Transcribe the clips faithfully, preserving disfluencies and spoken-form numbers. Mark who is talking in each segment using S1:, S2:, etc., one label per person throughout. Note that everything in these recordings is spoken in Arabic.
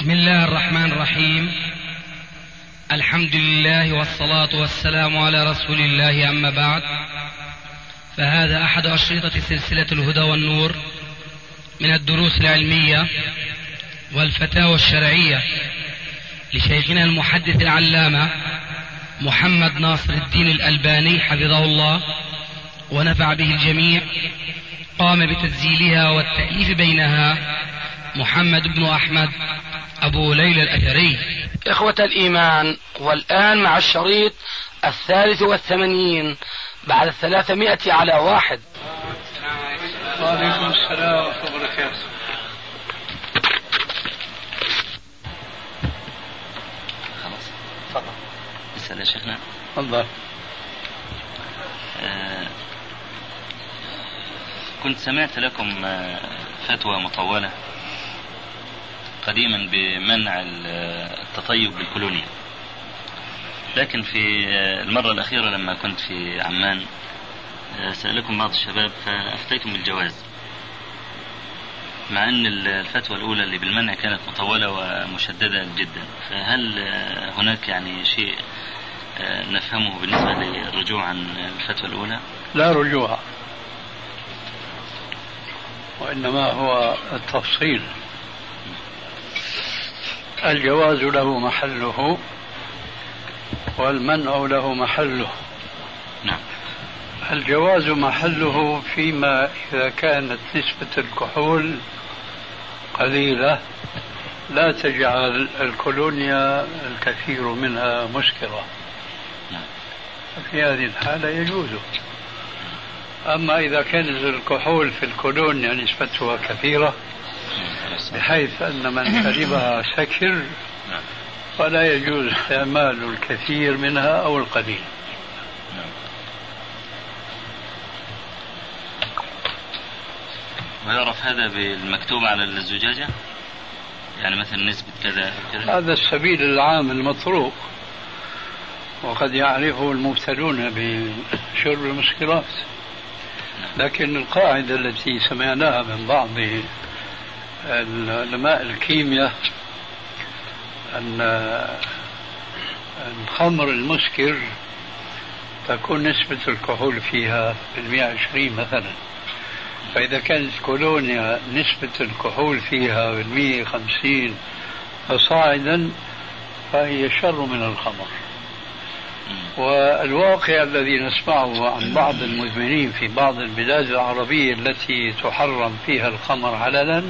S1: بسم الله الرحمن الرحيم. الحمد لله والصلاة والسلام على رسول الله، أما بعد، فهذا أحد أشرطة سلسلة الهدى والنور من الدروس العلمية والفتاوى الشرعية لشيخنا المحدث العلامة محمد ناصر الدين الألباني حفظه الله ونفع به الجميع. قام بتسجيلها والتأليف بينها محمد بن أحمد أبو ليلى الأثري.
S2: إخوة الإيمان، والآن مع الشريط الثالث والثمانين بعد الثلاثمائة على واحد.
S3: وعليكم السلام ورحمة الله وبركاته.
S4: خلاص تفضل. اسأل يا شيخنا.
S3: تفضل.
S4: آه كنت سمعت لكم آه فتوى مطولة قديما بمنع التطيب بالكولونيا، لكن في المرة الأخيرة لما كنت في عمان سألكم بعض الشباب فأفتيتم بالجواز، مع أن الفتوى الأولى اللي بالمنع كانت مطولة ومشددة جدا. فهل هناك يعني شيء نفهمه بالنسبة للرجوع عن الفتوى الأولى؟
S3: لا رجوع، وإنما هو التفصيل. الجواز له محله والمنع له محله.
S4: نعم.
S3: الجواز محله فيما إذا كانت نسبة الكحول قليلة لا تجعل الكولونيا الكثير منها مسكرة.
S4: نعم.
S3: في هذه الحالة يجوز. أما إذا كانت الكحول في الكولونيا نسبتها كثيرة بحيث أن من شربها سكر فلا يجوز استعمال الكثير منها أو القليل.
S4: ويعرف هذا بالمكتوب على الزجاجة، يعني مثلا نسبة كذا كذا؟
S3: هذا السبيل العام المطروق، وقد يعرفه المبتلون بشرب المسكرات، لكن القاعدة التي سمعناها من بعض علماء الكيمياء أن الخمر المسكر تكون نسبة الكحول فيها بالمئة وعشرين مثلا، فإذا كانت كولونيا نسبة الكحول فيها بالمئة وخمسين فصاعدا فهي شر من الخمر. والواقع الذي نسمعه عن بعض المدمنين في بعض البلاد العربية التي تحرم فيها الخمر علنا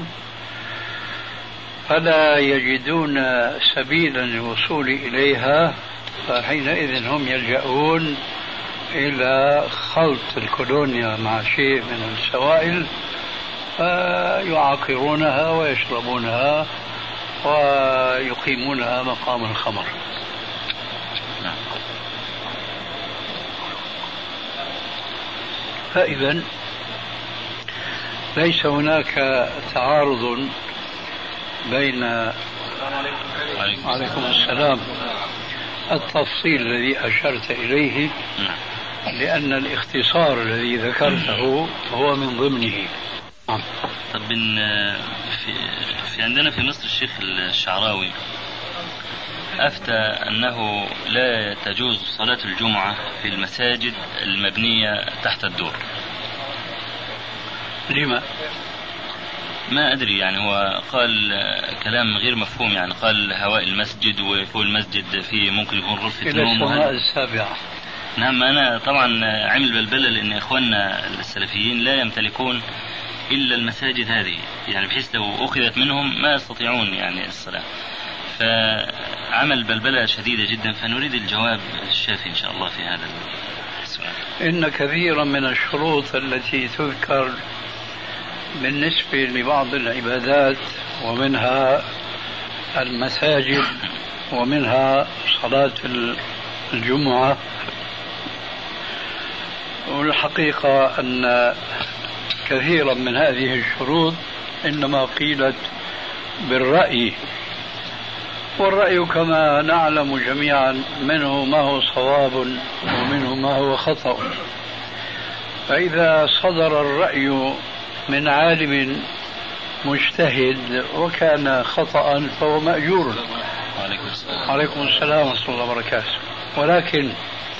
S3: فلا يجدون سبيلا للوصول إليها، فحينئذ هم يلجؤون إلى خلط الكولونيا مع شيء من السوائل فيعاقرونها ويشربونها ويقيمونها مقام الخمر. فإذا ليس هناك تعارض بين عليكم السلام التفصيل الذي أشرت إليه، لأن الاختصار الذي ذكرته هو من ضمنه.
S4: طب في, في عندنا في مصر الشيخ الشعراوي أفتى أنه لا تجوز صلاة الجمعة في المساجد المبنية تحت الدور.
S3: لما؟
S4: ما أدري، يعني هو قال كلام غير مفهوم، يعني قال هواء المسجد وفوق المسجد فيه ممكن يكون غرفة نوم.
S3: إلى السماء السابعة.
S4: نعم. أنا طبعا عمل بلبلة لأن إخواننا السلفيين لا يمتلكون إلا المساجد هذه، يعني بحيث لو أخذت منهم ما يستطيعون يعني الصلاة، فعمل بلبلة شديدة جدا. فنريد الجواب الشافي إن شاء الله في هذا السؤال.
S3: إن كثيرا من الشروط التي تذكر بالنسبة لبعض العبادات ومنها المساجد ومنها صلاة الجمعة، والحقيقة أن كثيرا من هذه الشروط إنما قيلت بالرأي، والرأي كما نعلم جميعا منه ما هو صواب ومنه ما هو خطأ. فإذا صدر الرأي من عالم مجتهد وكان خطأ فهو مأجور.
S4: وعليكم السلام.
S3: عليكم السلام ورحمة الله وبركاته. ولكن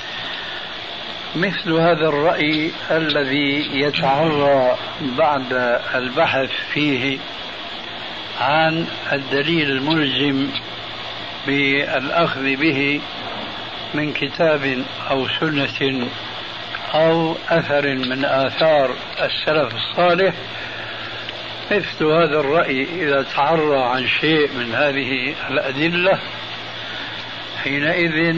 S3: مثل هذا الرأي الذي يتعرى بعد البحث فيه عن الدليل الملزم بالأخذ به من كتاب أو سنة أو أثر من آثار السلف الصالح، مثل هذا الرأي إذا تعرى عن شيء من هذه الأدلة حينئذ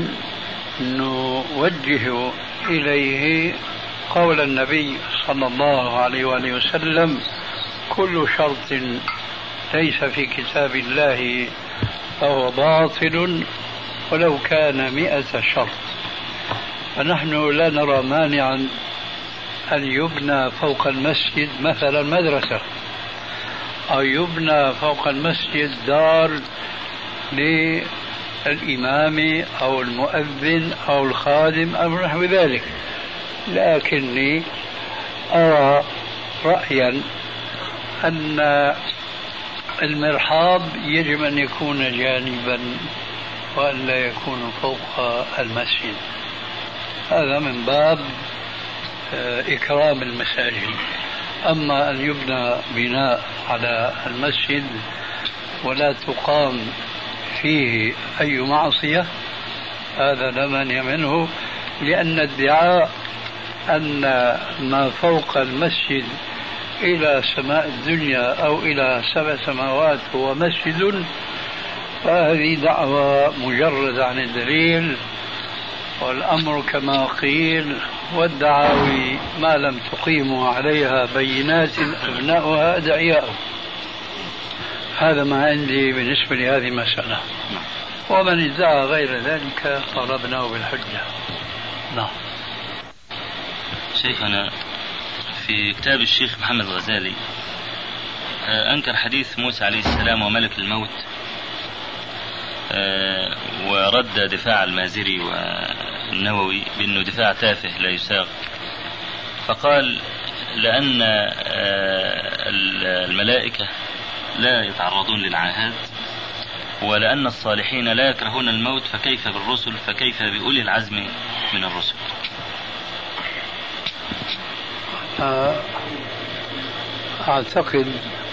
S3: نوجه إليه قول النبي صلى الله عليه وآله وسلم: كل شرط ليس في كتاب الله فهو باطل ولو كان مئة شرط. فنحن لا نرى مانعا أن يبنى فوق المسجد مثلا مدرسة، أو يبنى فوق المسجد دار للإمام أو المؤذن أو الخادم أو نحو ذلك، لكني أرى رأيا أن المرحاض يجب أن يكون جانبا وأن لا يكون فوق المسجد. هذا من باب إكرام المساجد. أما أن يبنى بناء على المسجد ولا تقام فيه أي معصية، هذا لا مانع منه، لأن ادعاء أن ما فوق المسجد إلى سماء الدنيا أو إلى سبع سماوات هو مسجد، فهذه دعوة مجردة عن الدليل، والأمر كما قيل: والدعاوي ما لم تقيموا عليها بينات أبناؤها أدعياء. هذا ما عندي بالنسبة لهذه المسألة، ومن ادعى غير ذلك طلبناه بالحجة. نعم.
S4: شيخنا في كتاب الشيخ محمد الغزالي أنكر حديث موسى عليه السلام وملك الموت، ورد دفاع المازري والنووي بأنه دفاع تافه لا يساق، فقال لأن الملائكة لا يتعرضون للعاهات، ولأن الصالحين لا يكرهون الموت، فكيف بالرسل، فكيف بأولي العزم من الرسل؟
S3: أعتقد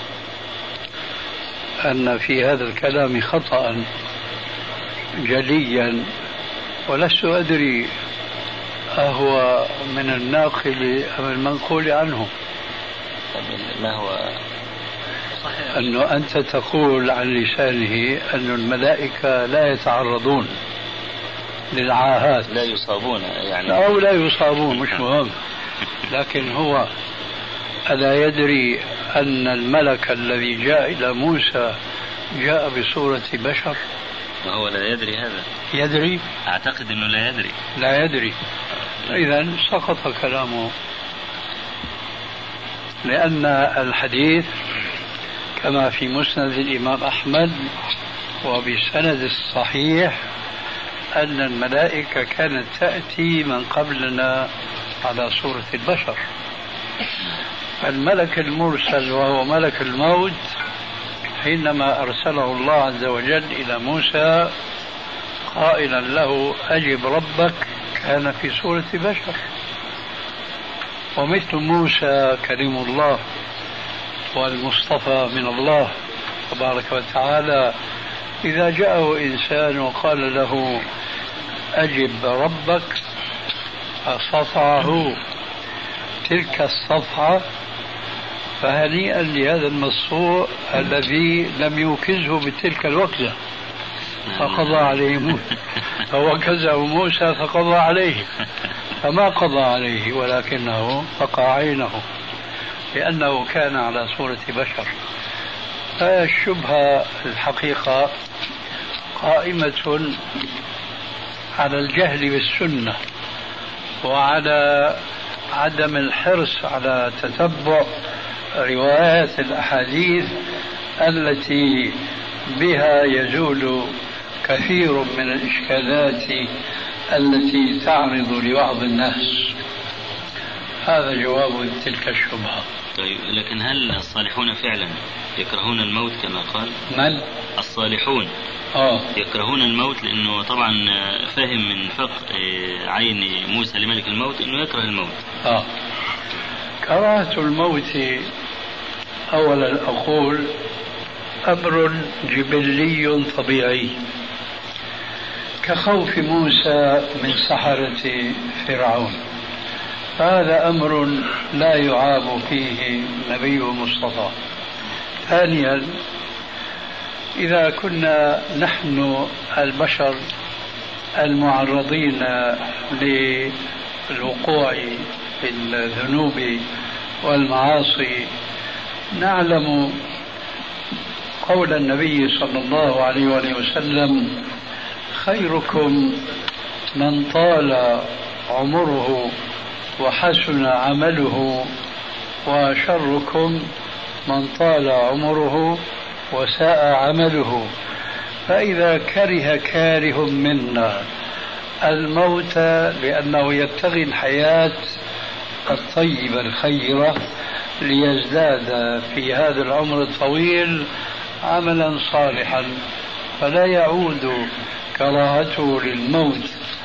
S3: أن في هذا الكلام خطأ جليا، ولست أدري أهو من الناقل أم المنقول عنه.
S4: ما هو
S3: صحيح أنه أنت تقول عن لسانه أن الملائكة لا يتعرضون للعاهات،
S4: لا يصابون يعني،
S3: أو لا يصابون مش مهم، لكن هو ألا يدري أن الملك الذي جاء إلى موسى جاء بصورة بشر؟
S4: ما هو لا يدري هذا؟
S3: يدري؟
S4: أعتقد أنه لا يدري.
S3: لا يدري، إذا سقط كلامه، لأن الحديث كما في مسند الإمام أحمد وبسند الصحيح أن الملائكة كانت تأتي من قبلنا على صورة البشر. الملك المرسل وهو ملك الموت حينما أرسله الله عز وجل إلى موسى قائلا له: أجب ربك، كان في صورة بشر. ومثل موسى كريم الله والمصطفى من الله تبارك وتعالى، إذا جاءه إنسان وقال له أجب ربك فصفعه تلك الصفعة، فهنيئا لهذا المصفوع الذي لم يوكزه بتلك الوكزة فقضى عليه موسى، فوكزه موسى فقضى عليه، فما قضى عليه ولكنه فقع عينه لأنه كان على صورة بشر. فالشبهة الحقيقة قائمة على الجهل بالسنة وعلى عدم الحرص على تتبع روايات الأحاديث التي بها يزول كثير من الإشكالات التي تعرض لبعض الناس. هذا جواب تلك الشبهة.
S4: طيب لكن هل الصالحون فعلا يكرهون الموت كما قال؟
S3: من؟
S4: الصالحون
S3: آه.
S4: يكرهون الموت، لأنه طبعا فهم من فقه عين موسى لملك الموت أنه يكره الموت.
S3: آه. كراهة الموت أولا أقول أمر جبلي طبيعي، كخوف موسى من سحرة فرعون، هذا أمر لا يعاب فيه النبي المصطفى. ثانيا إذا كنا نحن البشر المعرضين للوقوع في الذنوب والمعاصي نعلم قول النبي صلى الله عليه وسلم: خيركم من طال عمره وحسن عمله، وشركم من طال عمره وساء عمله. فإذا كره كاره منا الموت لأنه يبتغي الحياة الطيبة الخيرة ليزداد في هذا العمر الطويل عملا صالحا، فلا يعود كراهته للموت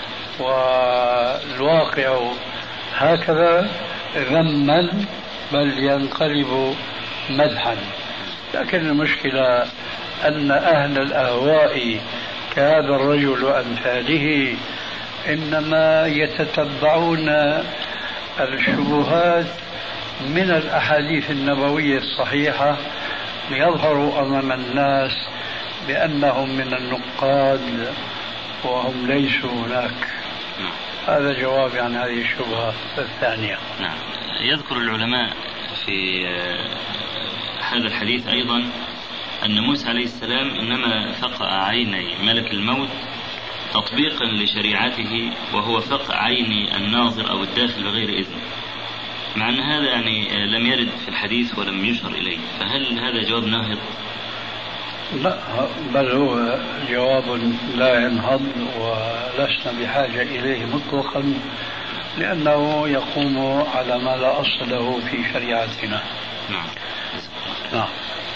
S3: والواقع هكذا ذما، بل ينقلب مدحا. لكن المشكلة أن أهل الأهواء كهذا الرجل وأمثاله إنما يتتبعون الشبهات من الأحاديث النبوية الصحيحة ليظهروا أمام الناس بأنهم من النقاد وهم ليسوا هناك.
S4: نعم.
S3: هذا جواب عن هذه الشبهة الثانية.
S4: نعم. يذكر العلماء في هذا الحديث أيضا أن موسى عليه السلام إنما فقأ عيني ملك الموت تطبيقا لشريعته، وهو فقأ عين الناظر أو الداخل بغير إذن، مع أن هذا يعني لم يرد في الحديث ولم يشر إليه، فهل هذا جواب ناهض؟
S3: لا، بل هو جواب لا ينهض ولسنا بحاجة إليه مطلقا، لأنه يقوم على ما لا أصل له في شريعتنا.
S4: نعم.
S3: نعم.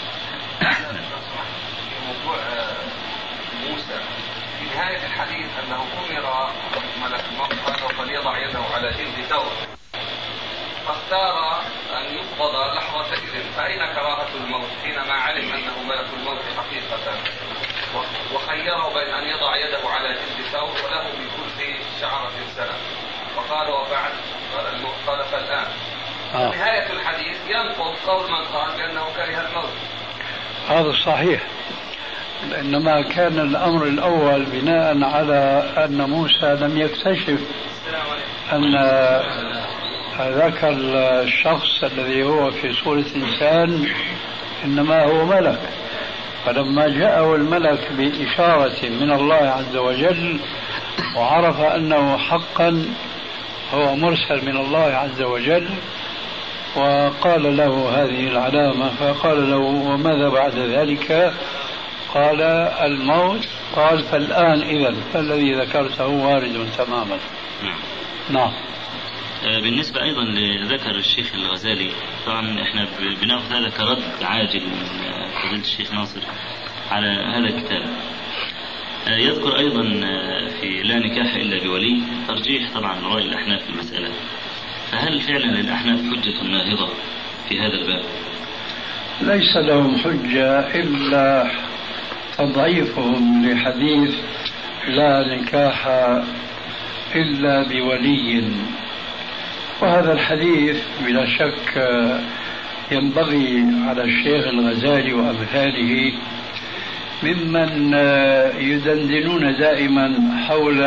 S5: موضوع موسى في نهاية الحديث أنه أمر ملك الموت فليضع يده على جلد ثور، فاختار أن يقبض لحظة إذن، فأين كراهة الموت حينما علم أنه ملك الموت حقيقة، وخيره بين أن يضع يده على جلد ثور وله بكل شعرة سنة، فقال وفعل، قال الموت، قال فالآن. آه. نهاية الحديث ينقض قول من قال بأنه كره الموت.
S3: هذا صحيح، إنما كان الأمر الأول بناء على أن موسى لم يكتشف أن ذاك الشخص الذي هو في صورة إنسان إنما هو ملك، فلما جاءه الملك بإشارة من الله عز وجل وعرف أنه حقا هو مرسل من الله عز وجل وقال له هذه العلامة، فقال له وماذا بعد ذلك؟ قال الموت. قال فالآن إذن، فالذي ذكرته وارد تماما.
S4: نعم.
S3: نعم.
S4: بالنسبة أيضا لذكر الشيخ الغزالي، طبعا احنا بناخذ هذا كرد عاجل من فضيلة الشيخ ناصر على هذا الكتاب. يذكر أيضا في لا نكاح إلا بولي ترجيح طبعا رأي الأحناف في المسألة، فهل فعلا للأحناف حجة ناهضة في هذا الباب؟
S3: ليس لهم حجة إلا تضعيفهم لحديث لا نكاح إلا بولي، وهذا الحديث بلا شك ينبغي على الشيخ الغزالي وأمثاله ممن يدندنون دائما حول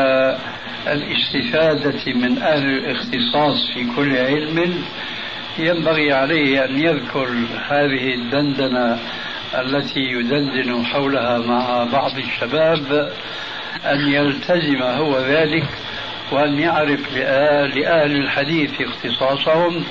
S3: الاستفادة من أهل الاختصاص في كل علم، ينبغي عليه أن يذكر هذه الدندنة التي يدندن حولها مع بعض الشباب، أن يلتزم هو ذلك وأن يعرف لأهل الحديث اختصاصهم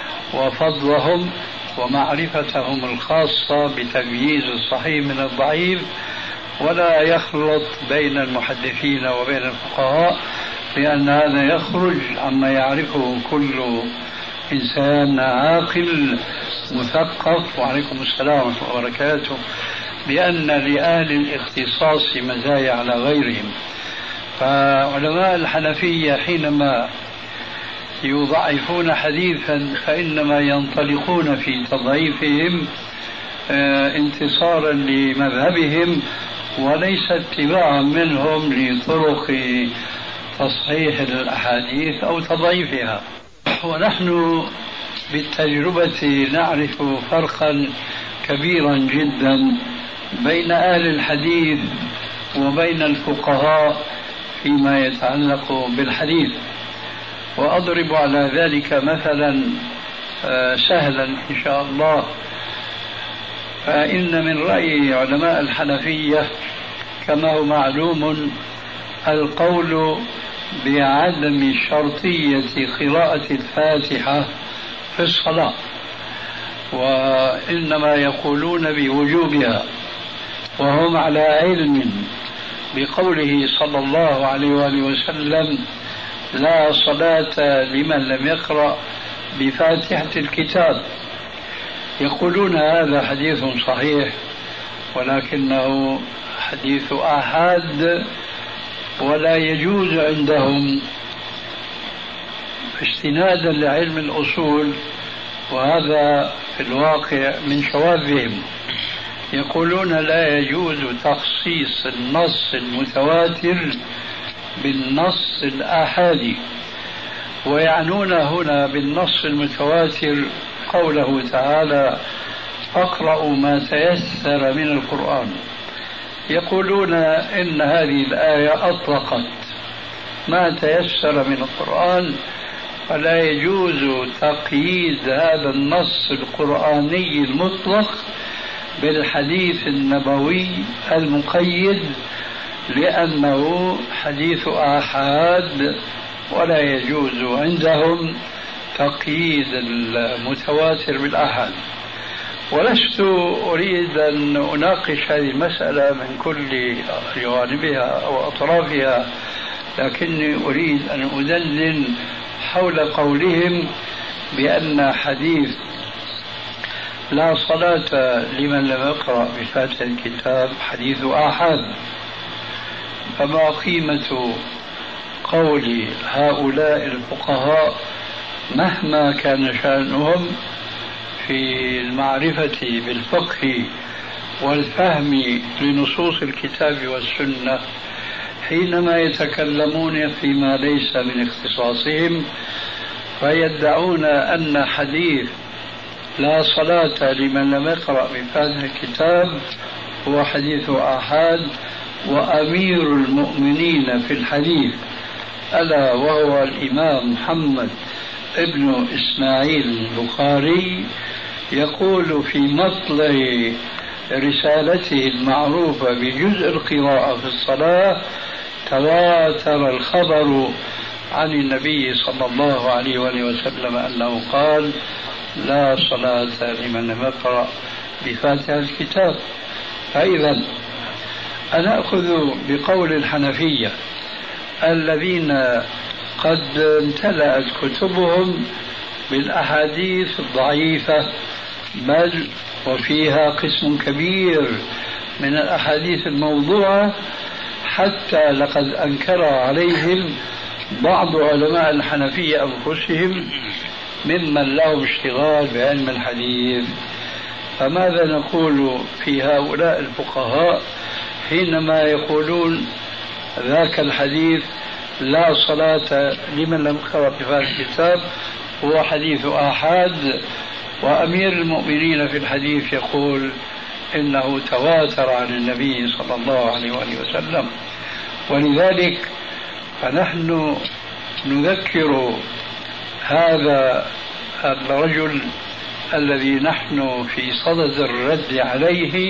S3: وفضلهم ومعرفتهم الخاصة بتمييز الصحيح من الضعيف، ولا يخلط بين المحدثين وبين الفقهاء، لأن هذا يخرج عما يعرفه كل إنسان عاقل مثقف، وعليكم السلام ورحمة الله وبركاته، بأن لأهل الاختصاص مزايا على غيرهم. فعلماء الحنفية حينما يضعفون حديثا فإنما ينطلقون في تضعيفهم انتصارا لمذهبهم وليس اتباعا منهم لطرق تصحيح الأحاديث أو تضعيفها. ونحن بالتجربة نعرف فرقا كبيرا جدا بين أهل الحديث وبين الفقهاء فيما يتعلق بالحديث. وأضرب على ذلك مثلا سهلا إن شاء الله. فإن من رأي علماء الحنفية كما هو معلوم القول بعدم شرطية قراءة الفاتحة في الصلاة، وإنما يقولون بوجوبها، وهم على علم بقوله صلى الله عليه وآله وسلم: لا صلاة لمن لم يقرأ بفاتحة الكتاب. يقولون هذا حديث صحيح ولكنه حديث آحاد ولا يجوز عندهم استنادا لعلم الأصول، وهذا في الواقع من شواذهم. يقولون لا يجوز تخصيص النص المتواتر بالنص الآحادي، ويعنون هنا بالنص المتواتر قوله تعالى: فاقرأوا ما تيسر من القرآن. يقولون إن هذه الآية أطلقت ما تيسر من القرآن، فلا يجوز تقييد هذا النص القرآني المطلق بالحديث النبوي المقيد، لأنه حديث آحاد ولا يجوز عندهم تقييد المتواتر بالآحاد. ولست أريد أن أناقش هذه المسألة من كل جوانبها أو أطرافها، لكني أريد أن أدندن حول قولهم بأن حديث لا صلاة لمن لم يقرأ بفاتحة الكتاب حديث آحاد. فما قيمة قول هؤلاء الفقهاء مهما كان شأنهم في المعرفة بالفقه والفهم لنصوص الكتاب والسنة حينما يتكلمون فيما ليس من اختصاصهم، فيدعون أن حديث لا صلاة لمن لم يقرأ بفاتحة الكتاب هو حديث آحاد، وأمير المؤمنين في الحديث ألا وهو الإمام محمد ابن إسماعيل البخاري يقول في مطلع رسالته المعروفة بجزء القراءة في الصلاة: تواتر الخبر عن النبي صلى الله عليه وآله وسلم أنه قال: لا صلاة لمن لم يقرأ بفاتحة الكتاب. فإذا أنا أخذ بقول الحنفية الذين قد امتلأت كتبهم بالأحاديث الضعيفة، بل وفيها قسم كبير من الأحاديث الموضوعة، حتى لقد أنكر عليهم بعض علماء الحنفية أنفسهم ممن لهم اشتغال بعلم الحديث. فماذا نقول في هؤلاء الفقهاء حينما يقولون ذاك الحديث لا صلاة لمن لم يقرأ بفاتحة الكتاب هو حديث آحاد، وأمير المؤمنين في الحديث يقول إنه تواتر عن النبي صلى الله عليه وآله وسلم؟ ولذلك فنحن نذكر هذا الرجل الذي نحن في صدد الرد عليه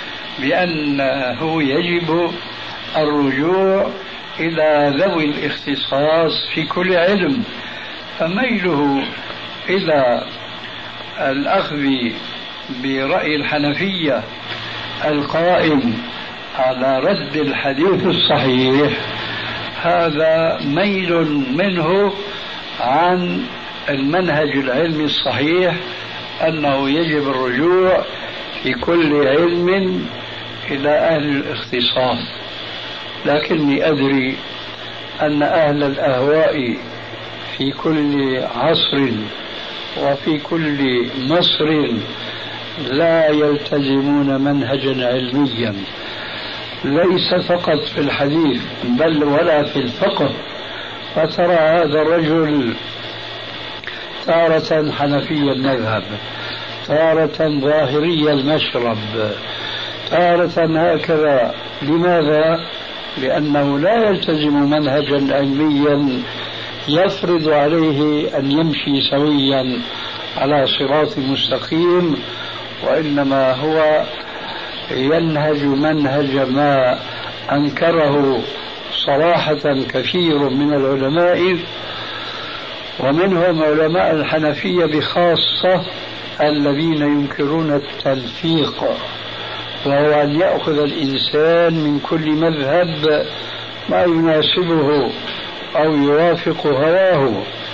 S3: بأنه يجب الرجوع إلى ذوي الاختصاص في كل علم. فميله إلى الأخذ برأي الحنفية القائم على رد الحديث الصحيح هذا ميل منه عن المنهج العلمي الصحيح أنه يجب الرجوع في كل علم إلى أهل الاختصاص، لكني أدري أن أهل الأهواء في كل عصر وفي كل مصر لا يلتزمون منهجا علميا، ليس فقط في الحديث بل ولا في الفقه. فترى هذا الرجل تارة حنفي المذهب، تارة ظاهري المشرب، تارة هكذا. لماذا؟ لأنه لا يلتزم منهجا علميا يفرض عليه أن يمشي سويا على صراط مستقيم، وإنما هو ينهج منهج ما أنكره صراحة كثير من العلماء، ومنهم علماء الحنفية بخاصة الذين ينكرون التلفيق، وهو أن يأخذ الإنسان من كل مذهب ما يناسبه أو يوافق هواه.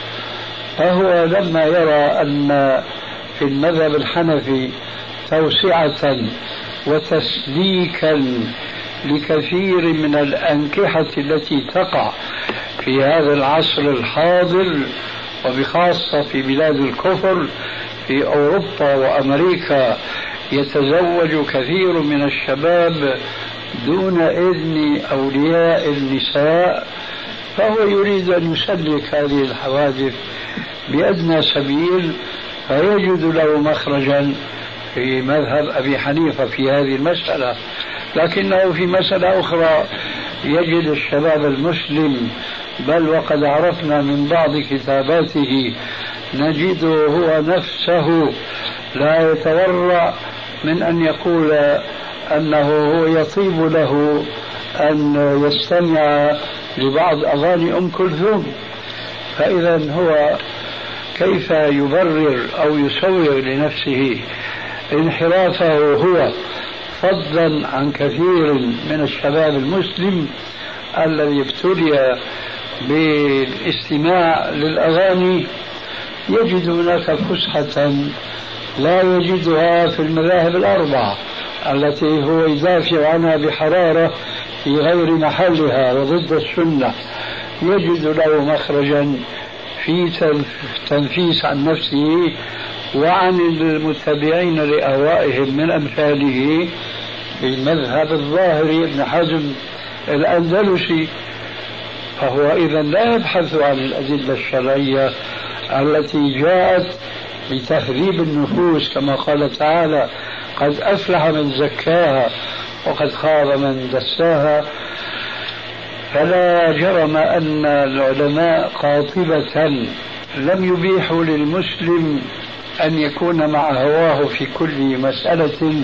S3: فهو لما يرى أن في المذهب الحنفي توسعة وتسليكا لكثير من الأنكحة التي تقع في هذا العصر الحاضر، وبخاصة في بلاد الكفر في أوروبا وأمريكا، يتزوج كثير من الشباب دون إذن أولياء النساء، فهو يريد أن يسلك هذه الحوادث بأدنى سبيل، فيجد له مخرجا في مذهب أبي حنيفة في هذه المسألة. لكنه في مسألة أخرى يجد الشباب المسلم، بل وقد عرفنا من بعض كتاباته نجده هو نفسه لا يتورع من أن يقول أنه هو يطيب له أن يستمع لبعض أغاني أم كلثوم. فإذا هو كيف يبرر أو يسوغ لنفسه انحرافه هو، فضلا عن كثير من الشباب المسلم الذي ابتلي بالاستماع للأغاني، يجد هناك فسحة لا يجدها في المذاهب الأربعة التي هو يدافع عنها بحرارة في غير محلها وضد السنة. يجد له مخرجا في تنفيس عن نفسه وعن المتبعين لأهوائهم من أمثاله بالمذهب الظاهري ابن حزم الأندلسي. فهو إذا لا يبحث عن الأدلة الشرعية التي جاءت لتهذيب النفوس، كما قال تعالى: قد أفلح من زكاها وقد خاب من دساها. فلا جرم أن العلماء قاطبة لم يبيحوا للمسلم أن يكون مع هواه في كل مسألة،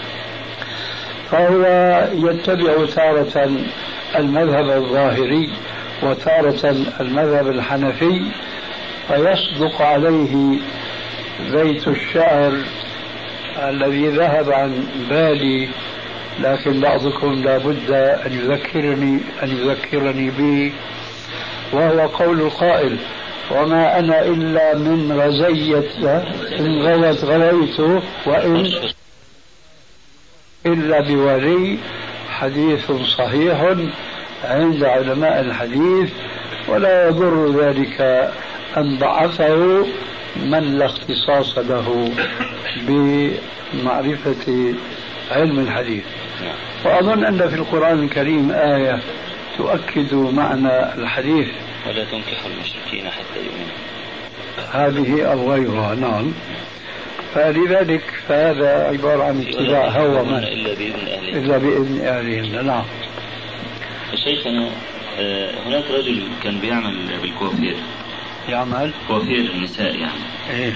S3: فهو يتبع تارة المذهب الظاهري وتارة المذهب الحنفي، فيصدق عليه بيت الشعر الذي ذهب عن بالي، لكن بعضكم لا بد أن يذكرني أن يذكرني به، وهو قول القائل: وما أنا إلا من غزية إن غوت غويت وإن إلا بولي. حديث صحيح عند علماء الحديث، ولا يضر ذلك أن ضعفه من لا اختصاص له بمعرفة علم الحديث. وأظن أن في القرآن الكريم آية تؤكد معنى الحديث:
S4: ولا تنكحوا المشركين حتى يؤمنوا.
S3: هذه أو غيرها. نعم. فلذلك فهذا عبارة عن اتباع هوى من
S4: إلا بإذن أهلهم
S3: إلا بإذن أهلهم. نعم.
S4: شيخنا، هناك رجل كان بيعمل بالكوافير،
S3: يعمل
S4: كوافير النساء يعني.
S3: إيه.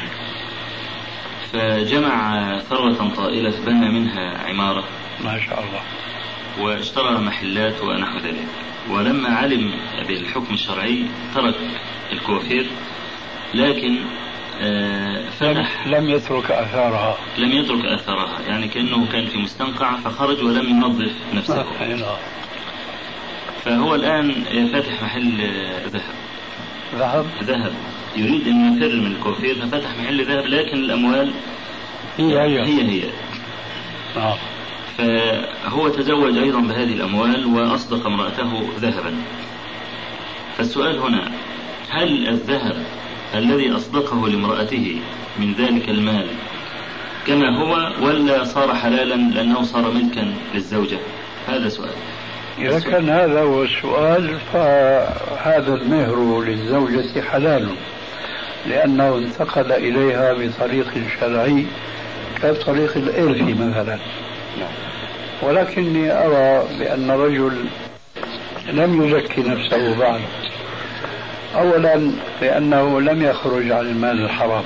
S4: فجمع ثروة طائلة بنى منها عمارة
S3: ما شاء الله،
S4: واشترى محلات ونحو ذلك. ولما علم بالحكم الشرعي ترك الكوافير، لكن فتح
S3: لم يترك أثارها
S4: لم يترك أثارها يعني كأنه كان في مستنقع فخرج ولم ينظف نفسه. فهو الآن فاتح محل ذهب،
S3: ذهب
S4: ذهب يريد أن يفر من الكوافير ففتح محل ذهب، لكن الأموال
S3: هي هي,
S4: هي, هي.
S3: آه.
S4: فهو تزوج أيضا بهذه الأموال وأصدق امرأته ذهبا. فالسؤال هنا، هل الذهب الذي أصدقه لامرأته من ذلك المال كما هو، ولا صار حلالا لأنه صار ملكا للزوجة؟ هذا سؤال.
S3: إذا كان هذا هو السؤال فهذا المهر للزوجة حلال، لأنه انتقل إليها بطريق شرعي كطريق الإرث مثلا. ولكني أرى بأن رجل لم يزكي نفسه بعد، أولا لأنه لم يخرج عن المال الحرام،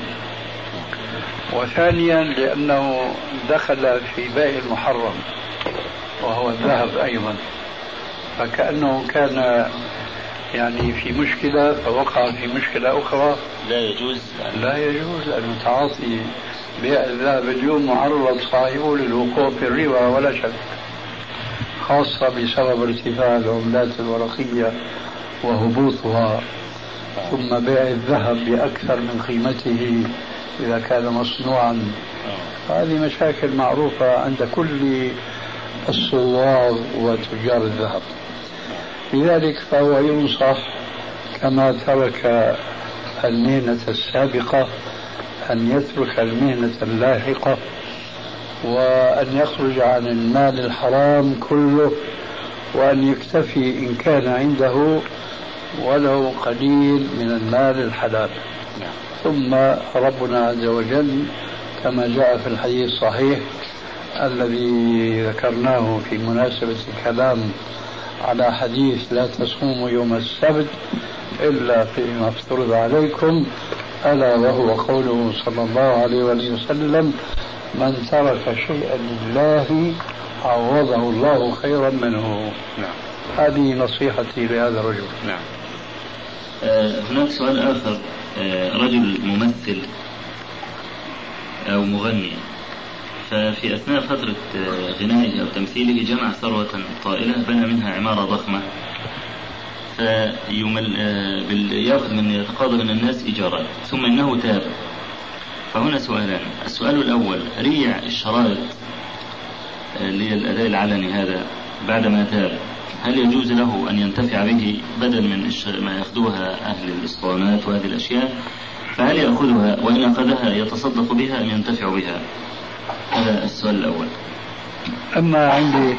S3: وثانيا لأنه دخل في بيع المحرم وهو الذهب أيضا، فكأنه كان يعني في مشكلة فوقع في مشكلة أخرى.
S4: لا يجوز
S3: لا يجوز أن تعاطي بيع الذهب اليوم معرض صاحبه للوقوع في الربا ولا شك، خاصة بسبب ارتفاع العملات الورقية وهبوطها، ثم بيع الذهب بأكثر من قيمته إذا كان مصنوعا. هذه مشاكل معروفة عند كل الصواغ وتجار الذهب. لذلك فهو ينصح كما ترك المهنة السابقة أن يترك المهنة اللاحقة، وأن يخرج عن المال الحرام كله، وأن يكتفي إن كان عنده ولو قليل من المال الحلال. ثم ربنا عز وجل كما جاء في الحديث الصحيح الذي ذكرناه في مناسبة الكلام على حديث لا تصوموا يوم السبت إلا فيما افترض عليكم، ألا وهو قوله صلى الله عليه وسلم: من ترك شيئا لله عوضه الله خيرا منه.
S4: نعم.
S3: هذه نصيحتي لهذا الرجل.
S4: نعم. آه هناك سؤال آخر. آه رجل ممثل أو مغني، ففي أثناء فترة غنائه أو تمثيله جمع ثروة طائلة بنى منها عمارة ضخمة، فيأخذ من يتقاضى من الناس إيجارات، ثم إنه تاب. فهنا سؤالان: السؤال الأول، ريع الشرائط للأداء العلني هذا بعدما تاب، هل يجوز له أن ينتفع به بدل من ما يأخذوها أهل الإسطوانات وهذه الأشياء؟ فهل يأخذها وإن أخذها يتصدق بها أم ينتفع بها؟ هذا السؤال الأول.
S3: أما عندي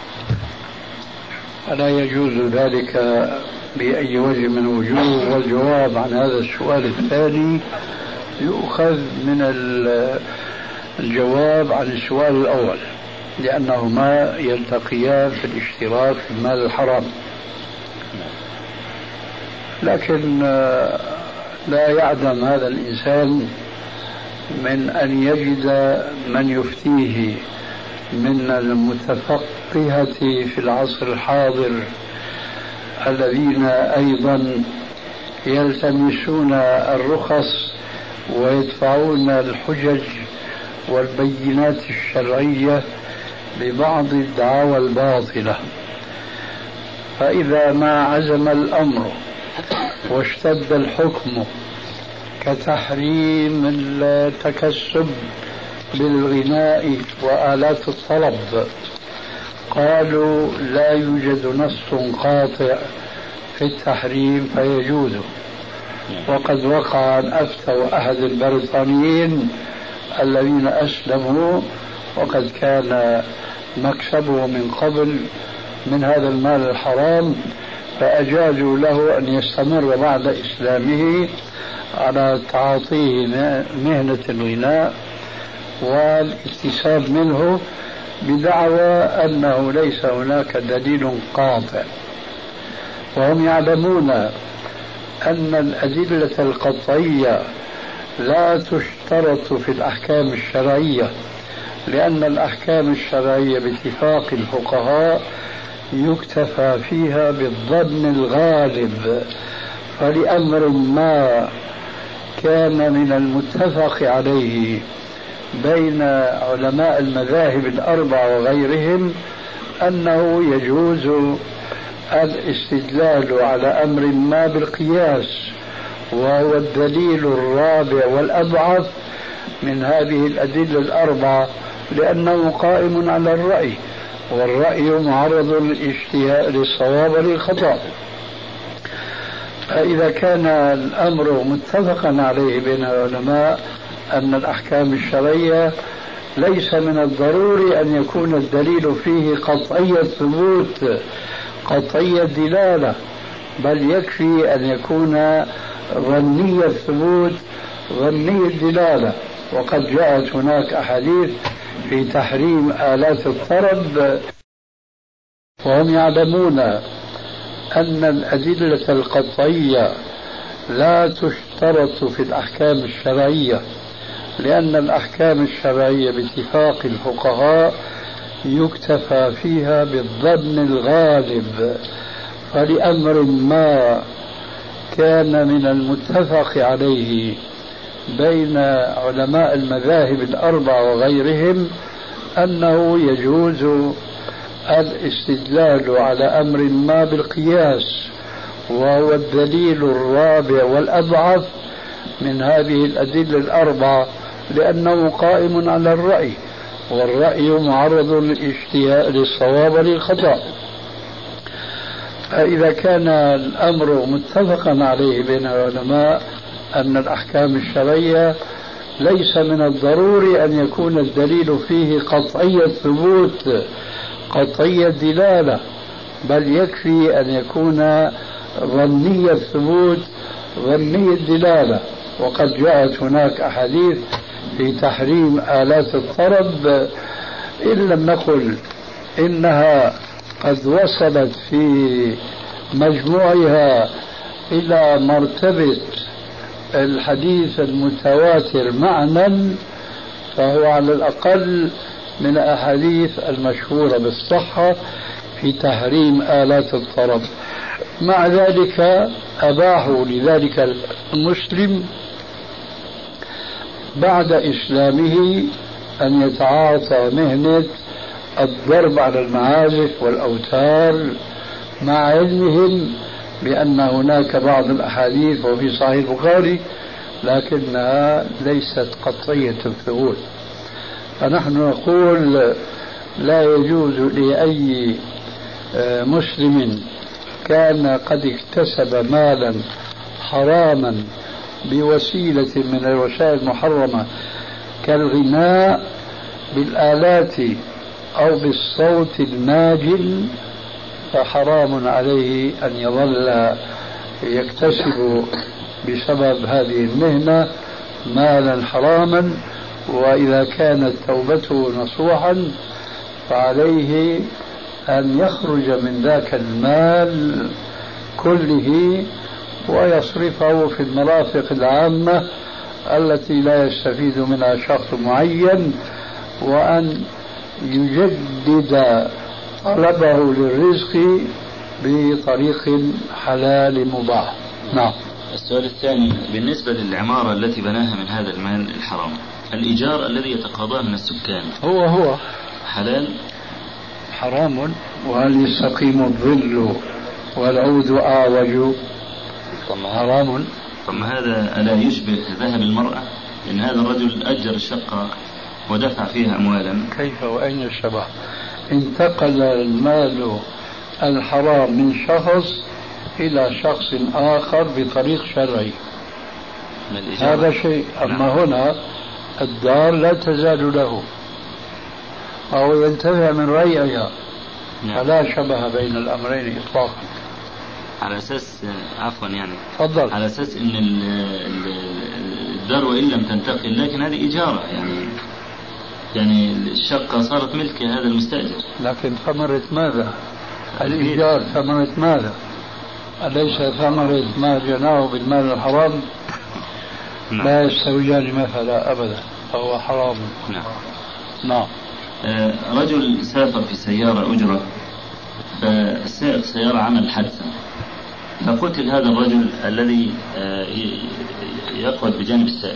S3: فلا يجوز ذلك بأي وجه من وجوه، والجواب عن هذا السؤال الثاني يؤخذ من الجواب عن السؤال الأول، لأنهما يلتقيان في الاشتراك في المال الحرام. لكن لا يعدم هذا الإنسان من أن يجد من يفتيه من المتفقهة في العصر الحاضر الذين أيضا يلتمسون الرخص ويدفعون الحجج والبينات الشرعية ببعض الدعاوى الباطلة. فإذا ما عزم الأمر واشتد الحكم كتحريم التكسب بالغناء وآلات الطرب، قالوا لا يوجد نص قاطع في التحريم فيجوز. وقد وقع أن أفتوا أحد البريطانيين الذين أسلموا وقد كان مكسبه من قبل من هذا المال الحرام، فأجازوا له أن يستمر بعد إسلامه على تعاطيه مهنة الغناء والاكتساب منه بدعوى أنه ليس هناك دليل قاطع. وهم يعلمون أن الأدلة القطعية لا تشترط في الأحكام الشرعية، لأن الأحكام الشرعية باتفاق الفقهاء يكتفى فيها بالظن الغالب. فلأمر ما كان من المتفق عليه بين علماء المذاهب الأربع وغيرهم أنه يجوز الاستدلال على أمر ما بالقياس وهو الدليل الرابع والأضعف من هذه الأدلة الأربعة، لأنه قائم على الرأي، والرأي معرض للصواب وللخطأ. فإذا كان الأمر متفقا عليه بين العلماء أن الأحكام الشرعية ليس من الضروري أن يكون الدليل فيه قطعي الثبوت قطعي الدلالة، بل يكفي أن يكون ظني الثبوت ظني الدلالة. وقد جاءت هناك أحاديث في تحريم آلات الطرب، وهم يعلمون أن الأدلة القطعية لا تشترط في الأحكام الشرعية، لأن الأحكام الشرعية باتفاق الفقهاء يكتفى فيها بالظن الغالب. فلأمر ما كان من المتفق عليه بين علماء المذاهب الأربعة وغيرهم أنه يجوز الاستدلال على أمر ما بالقياس، وهو الدليل الرابع والأضعف من هذه الأدلة الأربعة، لأنه قائم على الرأي، والرأي معرض للصواب وللخطأ. فإذا كان الأمر متفقا عليه بين العلماء أن الأحكام الشرعية ليس من الضروري أن يكون الدليل فيه قطعي الثبوت قطعي الدلالة، بل يكفي أن يكون ظني الثبوت ظني الدلالة. وقد جاءت هناك أحاديث في تحريم آلات الطرب، إن لم نقل إنها قد وصلت في مجموعها إلى مرتبة الحديث المتواتر معنى، فهو على الأقل من الأحاديث المشهورة بالصحة في تحريم آلات الطرب. مع ذلك أباحوا لذلك المسلم بعد إسلامه أن يتعاطى مهنة الضرب على المعازف والأوتار، مع علمهم بأن هناك بعض الأحاديث وفي صحيح البخاري لكنها ليست قطعية الثبوت. فنحن نقول لا يجوز لأي مسلم كان قد اكتسب مالا حراما بوسيلة من الوسائل المحرمة كالغناء بالآلات أو بالصوت الماجن، فحرام عليه أن يظل يكتسب بسبب هذه المهنة مالا حراما. وإذا كانت توبته نصوحا فعليه أن يخرج من ذاك المال كله ويصرفه في المرافق العامة التي لا يستفيد منها شخص معين، وأن يجدد طلبه للرزق بطريق حلال مباح. نعم.
S4: السؤال الثاني بالنسبة للعمارة التي بناها من هذا المال الحرام، الإيجار الذي يتقاضاه من السكان
S3: هو هو
S4: حلال؟
S3: حرام. وهل يستقيم الظل والعود أعوج؟ حرام.
S4: طب هذا ألا يشبه ذهب المرأة؟ إن هذا الرجل أجر الشقة ودفع فيها أموالا.
S3: كيف وأين الشبه؟ انتقل المال الحرام من شخص إلى شخص آخر بطريق شرعي، هذا شيء. أما هنا الدار لا تزال له أو ينتفع من ريعها، فلا شبه بين الأمرين إطلاقا.
S4: على أساس عفوا يعني
S3: فضل.
S4: على أساس إن الدار وإن لم تنتقل لكن هذه إجارة، يعني يعني الشقة صارت ملك هذا المستأجر.
S3: لكن ثمرة ماذا؟ الإيجار ثمرة ماذا؟ أليس ثمرة ما جناه بالمال الحرام؟
S4: نعم.
S3: لا يستويان مثلا أبدا، فهو حرام.
S4: نعم.
S3: نعم.
S4: آه رجل سافر في سيارة أجرة، فالسائق السيارة عمل حادثة، فقتل هذا الرجل الذي آه يقعد بجانب السائق.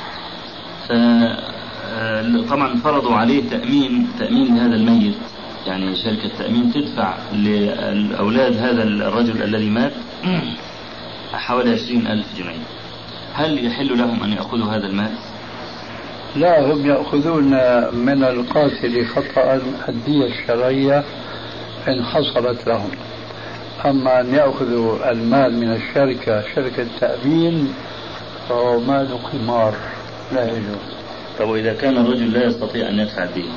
S4: فطبعا فرضوا عليه تأمين تأمين لهذا الميت، يعني شركة تأمين تدفع لأولاد هذا الرجل الذي مات حوالي عشرين ألف جنيه. هل يحل لهم أن يأخذوا هذا المال؟
S3: لا، هم يأخذون من القاتل خطأ الدية الشرعية إن حصلت لهم. أما أن يأخذوا المال من الشركة، شركة تأمين، فهو مال قمار لا يجوز.
S4: طب وإذا كان الرجل لا يستطيع أن يدفع الدين؟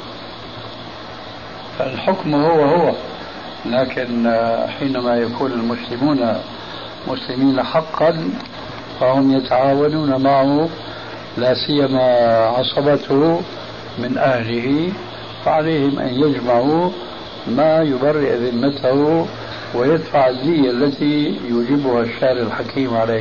S3: فالحكم هو هو، لكن حينما يكون المسلمون مسلمين حقا فهم يتعاونون معه، لا سيما عصبته من أهله، فعليهم أن يجمعوا ما يبرئ ذمته ويدفع الدية التي يوجبها الشارع الحكيم عليه.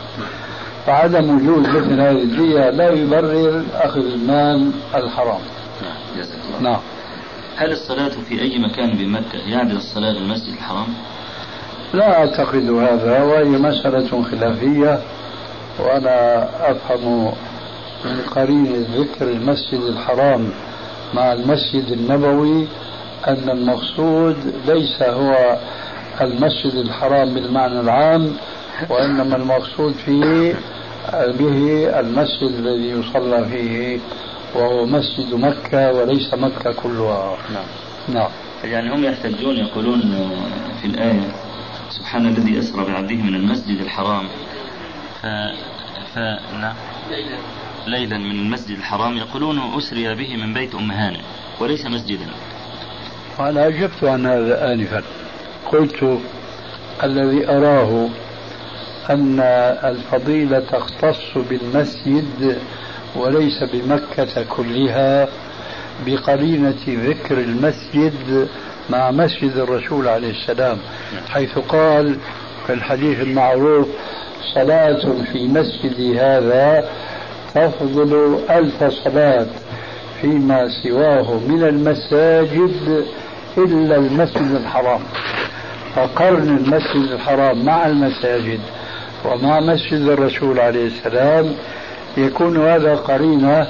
S3: فعدم وجود مثل هذه الدية لا يبرر أخذ المال الحرام. نعم.
S4: هل الصلاة في أي مكان بمكة يعدل الصلاة بالمسجد الحرام؟
S3: لا أعتقد هذا، وهي مسألة خلافية، وأنا أفهم من قرين ذكر المسجد الحرام مع المسجد النبوي أن المقصود ليس هو المسجد الحرام بالمعنى العام، وإنما المقصود فيه به المسجد الذي يصلى فيه، وهو مسجد مكة وليس مكة كلها.
S4: نعم.
S3: نعم.
S4: يعني هم يحتجون يقولون في الآية سبحان الذي أسرى بعبده من المسجد الحرام ف... ف... نعم. ليلا من المسجد الحرام، يقولون أسري به من بيت أم هانئ وليس مسجدا.
S3: أنا أجبت عن هذا آنفا، قلت الذي أراه أن الفضيلة تختص بالمسجد وليس بمكة كلها، بقرينة ذكر المسجد مع مسجد الرسول عليه السلام، حيث قال في الحديث المعروف صلاة في مسجدي هذا تفضل ألف صلاة فيما سواه من المساجد إلا المسجد الحرام. فقرن المسجد الحرام مع المساجد ومع مسجد الرسول عليه السلام يكون هذا قرينة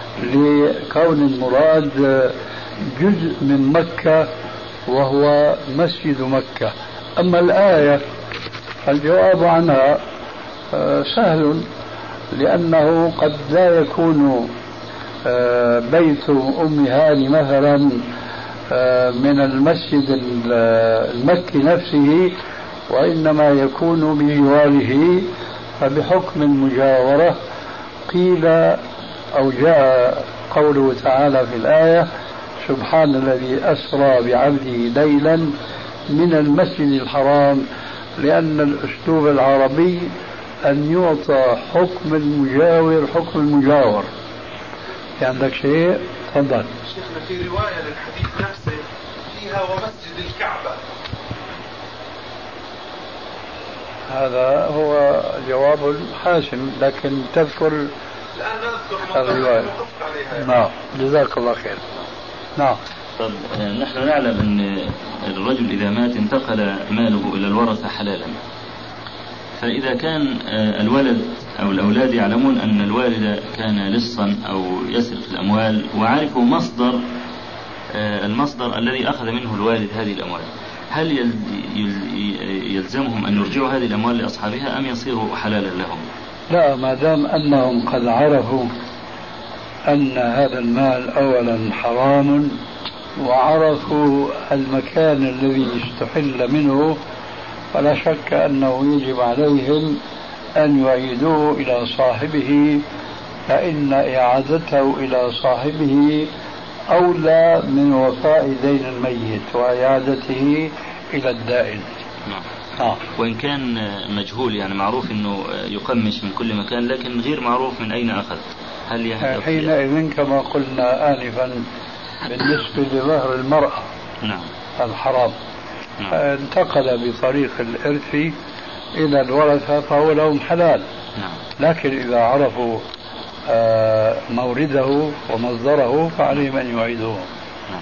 S3: لكون المراد جزء من مكة وهو مسجد مكة. أما الآية الجواب عنها سهل، لأنه قد لا يكون بيت أم هاني مثلا من المسجد المكي نفسه، وإنما يكون بجواره، فبحكم المجاورة قيل أو جاء قوله تعالى في الآية سبحان الذي أسرى بعبده ليلا من المسجد الحرام، لأن الأسلوب العربي أن يعطى حكم المجاور حكم المجاور. في عندك شيء؟ تفضل.
S6: شيخنا في رواية للحديث نفسه فيها ومسجد الكعبة.
S3: هذا هو جواب حاسم، لكن تذكر
S6: الآن نذكر
S3: الرواية. نعم، جزاك الله خير. نعم.
S4: طب نحن نعلم أن الرجل إذا مات انتقل ماله إلى الورثة حلالا، فإذا كان الولد أو الأولاد يعلمون أن الوالد كان لصا أو يسرق الأموال وعرفوا مصدر المصدر الذي أخذ منه الوالد هذه الأموال، هل يلزمهم أن يرجعوا هذه الأموال لأصحابها أم يصيروا حلالا لهم؟
S3: لا، ما دام أنهم قد عرفوا أن هذا المال أولا حرام وعرفوا المكان الذي استحل منه، فلا شك أنه يجب عليهم أن يعيدوه إلى صاحبه، فإن إعادته إلى صاحبه أولى من وفاء دين الميت وإعادته إلى الدائن.
S4: نعم.
S3: آه.
S4: وإن كان مجهول، يعني معروف أنه يقمش من كل مكان لكن غير معروف من أين أخذ، هل يحدث
S3: حينئذ كما قلنا آنفا بالنسبة لظهر المرأة
S4: نعم
S3: الحرام
S4: نعم.
S3: انتقل بطريق الإرث إلى الورثة فهو لهم حلال،
S4: نعم.
S3: لكن إذا عرفوا مورده ومصدره فعليهم أن يعيدوه.
S4: نعم.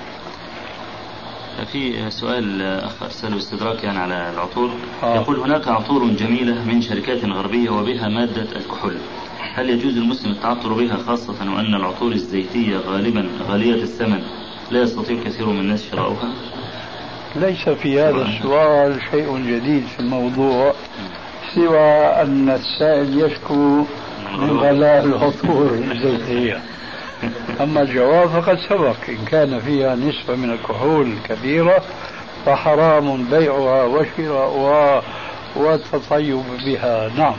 S4: في سؤال أخ أرسله استدراك يعني على العطور. آه. يقول هناك عطور جميلة من شركات غربية وبها مادة الكحول، هل يجوز المسلم التعطر بها، خاصة وأن العطور الزيتية غالبا غالية الثمن لا يستطيع كثير من الناس شراؤها؟
S3: ليس في هذا السؤال شيء جديد في الموضوع، سوى أن السائل يشكو من غلاء العطور الزيتية. أما الجواب فقد سبق، إن كان فيها نسبة من الكحول كبيرة فحرام بيعها وشراؤها والتطيب بها. نعم.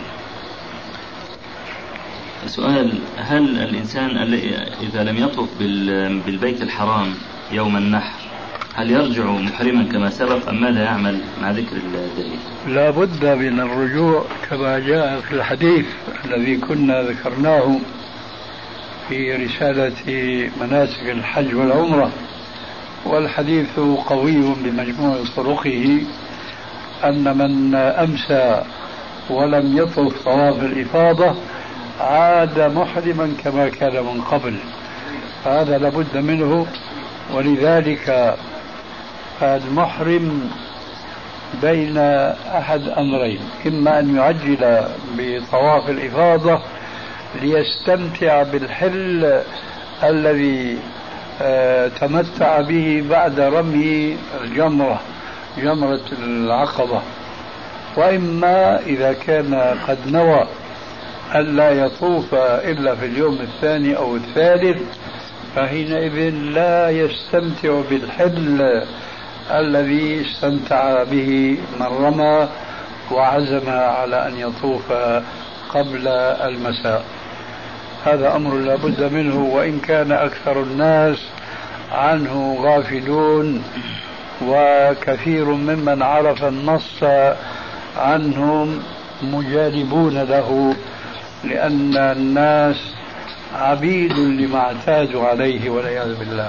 S4: سؤال: هل الإنسان إذا لم يطف بالبيت الحرام يوم النحر هل يرجع محرما كما سبق أم ماذا يعمل مع ذكر الدليل؟
S3: لا بد من الرجوع كما جاء في الحديث الذي كنا ذكرناه في رسالة مناسك الحج والعمرة، والحديث قوي بمجموع طرقه، أن من أمسى ولم يطف طواف الإفاضة عاد محرما كما كان من قبل، هذا لابد منه. ولذلك المحرم بين أحد أمرين: إما أن يعجل بطواف الإفاضة ليستمتع بالحل الذي تمتع به بعد رمي الجمرة جمرة العقبة، وإما إذا كان قد نوى ألا يطوف إلا في اليوم الثاني أو الثالث فحينئذ لا يستمتع بالحل الذي استمتع به من رمى وعزم على أن يطوف قبل المساء. هذا أمر لا بد منه، وإن كان أكثر الناس عنه غافلون، وكثير ممن عرف النص عنهم مجانبون له، لأن الناس عبيد لما اعتادوا عليه والعياذ بالله.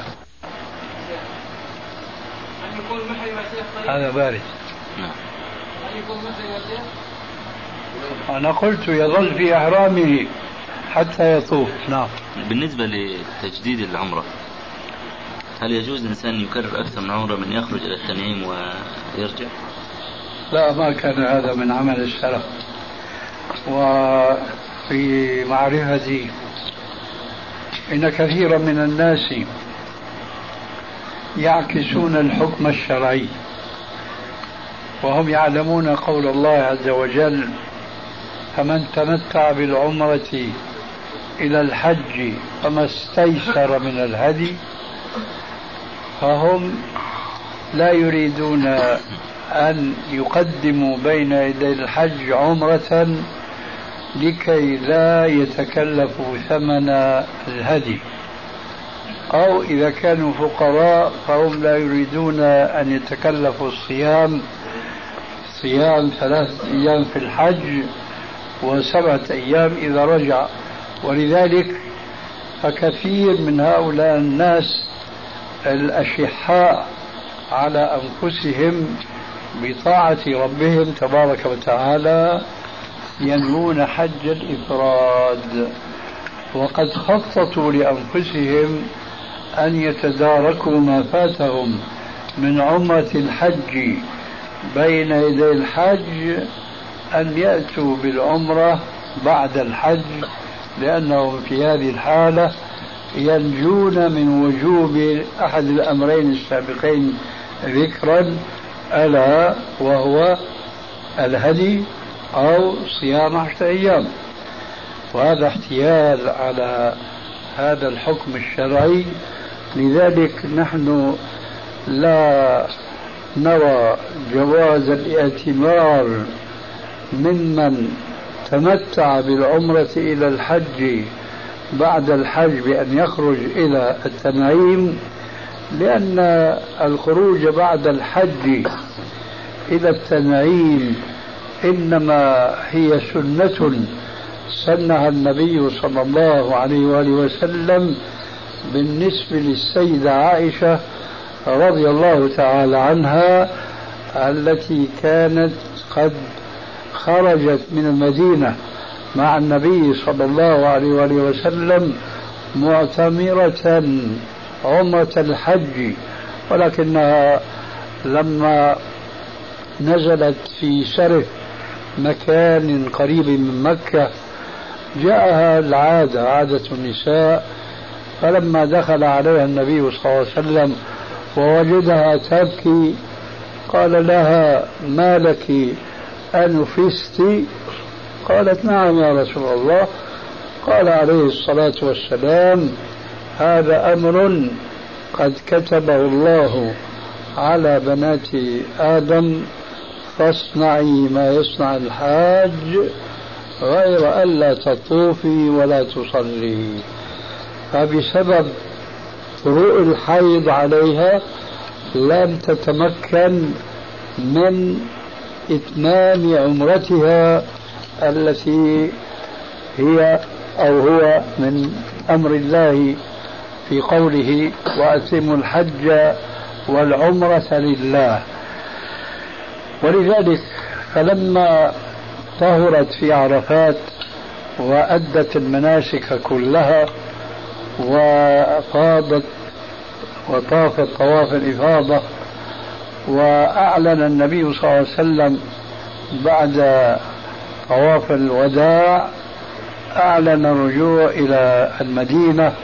S3: هذا بارد. أنا قلت يظل في إحرامه حتى يطوف. نعم.
S4: بالنسبة لتجديد العمرة هل يجوز الإنسان يكرر أكثر من عمرة من يخرج إلى التنعيم ويرجع؟
S3: لا، ما كان هذا من عمل السلف. وفي معرفتي إن كثيرا من الناس يعكسون الحكم الشرعي، وهم يعلمون قول الله عز وجل: فمن تمتع بالعمرة إلى الحج فما استيسر من الهدي، فهم لا يريدون أن يقدموا بين يدي الحج عمرة لكي لا يتكلفوا ثمن الهدي، أو إذا كانوا فقراء فهم لا يريدون أن يتكلفوا الصيام صيام ثلاثة أيام في الحج وسبعة أيام إذا رجع. ولذلك فكثير من هؤلاء الناس الأشحاء على أنفسهم بطاعة ربهم تبارك وتعالى ينوون حج الإفراد، وقد خططوا لأنفسهم أن يتداركوا ما فاتهم من عمرة الحج بين يدي الحج أن يأتوا بالعمرة بعد الحج، لأنهم في هذه الحالة ينجون من وجوب أحد الأمرين السابقين ذكرا، ألا وهو الهدي أو صيام عشرة أيام. وهذا احتيال على هذا الحكم الشرعي. لذلك نحن لا نرى جواز الاعتمار ممن تمتع بالعمرة إلى الحج بعد الحج بأن يخرج إلى التنعيم، لأن الخروج بعد الحج إلى التنعيم إنما هي سنة سنها النبي صلى الله عليه وآله وسلم بالنسبة للسيدة عائشة رضي الله تعالى عنها، التي كانت قد خرجت من المدينة مع النبي صلى الله عليه وآله وسلم معتمرة عمرة الحج، ولكنها لما نزلت في سرف مكان قريب من مكة جاءها العادة عادة النساء، فلما دخل عليها النبي صلى الله عليه وسلم ووجدها تبكي قال لها: ما لك أنفست؟ قالت: نعم يا رسول الله. قال عليه الصلاة والسلام: هذا أمر قد كتبه الله على بنات آدم، فاصنعي ما يصنع الحاج غير ألا تطوفي ولا تصلي. فبسبب طروء الحيض عليها لم تتمكن من إتمام عمرتها التي هي أو هو من أمر الله في قوله: وأتموا الحج والعمرة لله. ولذلك فلما طهرت في عرفات وأدت المناسك كلها وأفاضت وطافت طواف الإفاضة، وأعلن النبي صلى الله عليه وسلم بعد طواف الوداع أعلن الرجوع إلى المدينة،